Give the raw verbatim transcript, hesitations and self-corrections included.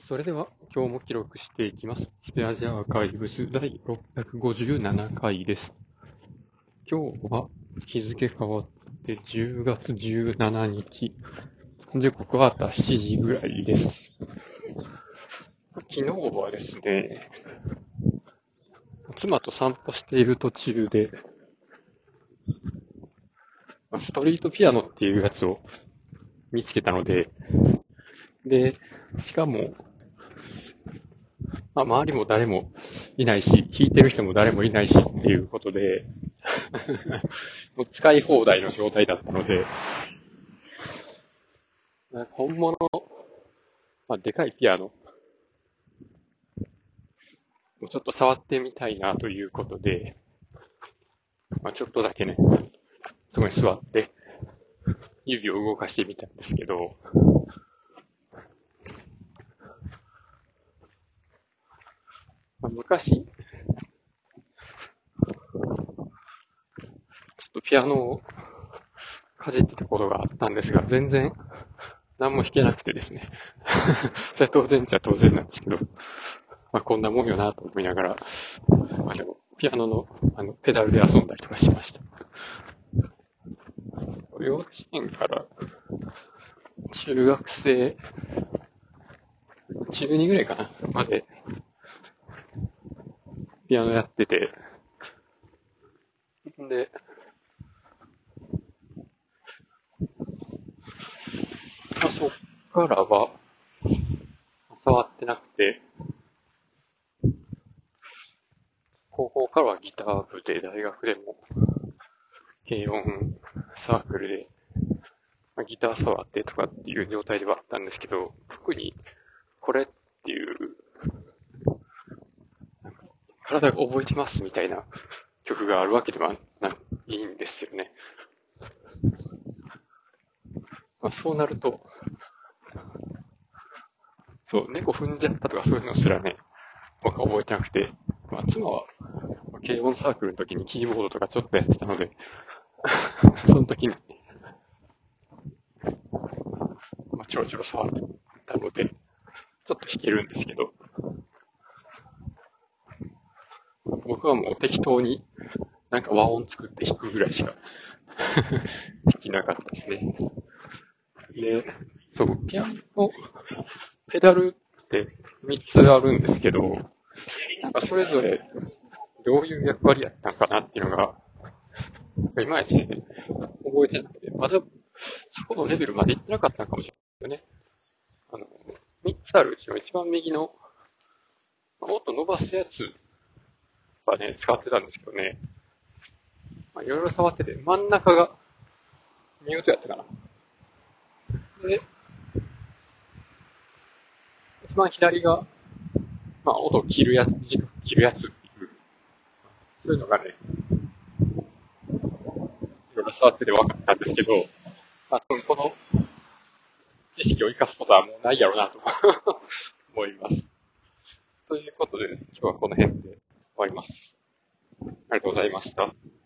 それでは今日も記録していきます。スペアジアアーカイブスだいろっぴゃくごじゅうななかいです。今日は日付変わってじゅうがつじゅうしちにち。時刻は朝しちじぐらいです。昨日はですね、妻と散歩している途中で、ストリートピアノっていうやつを見つけたので、で、しかも、まあ、周りも誰もいないし、弾いてる人も誰もいないしっていうことで、もう使い放題の状態だったので、本物の、まあ、でかいピアノをちょっと触ってみたいなということで、まあ、ちょっとだけね、そこに座って指を動かしてみたんですけど、まあ、昔、ちょっとピアノをかじってたことがあったんですが、全然何も弾けなくてですね。それは当然じゃ当然なんですけど、まあ、こんなもんよなと思いながら、まあ、でもピアノのあのペダルで遊んだりとかしました。幼稚園から中学生、中にぐらいかな、までピアノやってて、で、まあ、そっからは触ってなくて、高校からはギター部で、大学でも軽音サークルで、まあ、ギター触ってとかっていう状態ではあったんですけど、特にこれっていう体が覚えてますみたいな曲があるわけではないんですよね。まあ、そうなると、そう、猫踏んじゃったとかそういうのすらね、僕は覚えてなくて、まあ、妻は軽音サークルの時にキーボードとかちょっとやってたので、その時に、まあ、ちょろちょろ触ってたので、ちょっと弾けるんですけど、僕はもう適当になんか和音作って弾くぐらいしか弾きなかったですね。で、そう、ピアノのペダルってみっつあるんですけど、なんかそれぞれどういう役割やったんかなっていうのが、いまいち覚えてなくて、まだそこのレベルまで行ってなかったのかもしれないですよね。あの、みっつあるうちの一番右の、もっと伸ばすやつはね、使ってたんですけどね、まあ、いろいろ触ってて、真ん中がミュートやったかな。で、一番左が、まあ、音を切るやつ、短く切るやつっていう、そういうのがね、いろいろ触ってて分かったんですけど、まあ、この知識を活かすことはもうないやろうなと思います。ということで、今日はこの辺で終わります。ありがとうございました。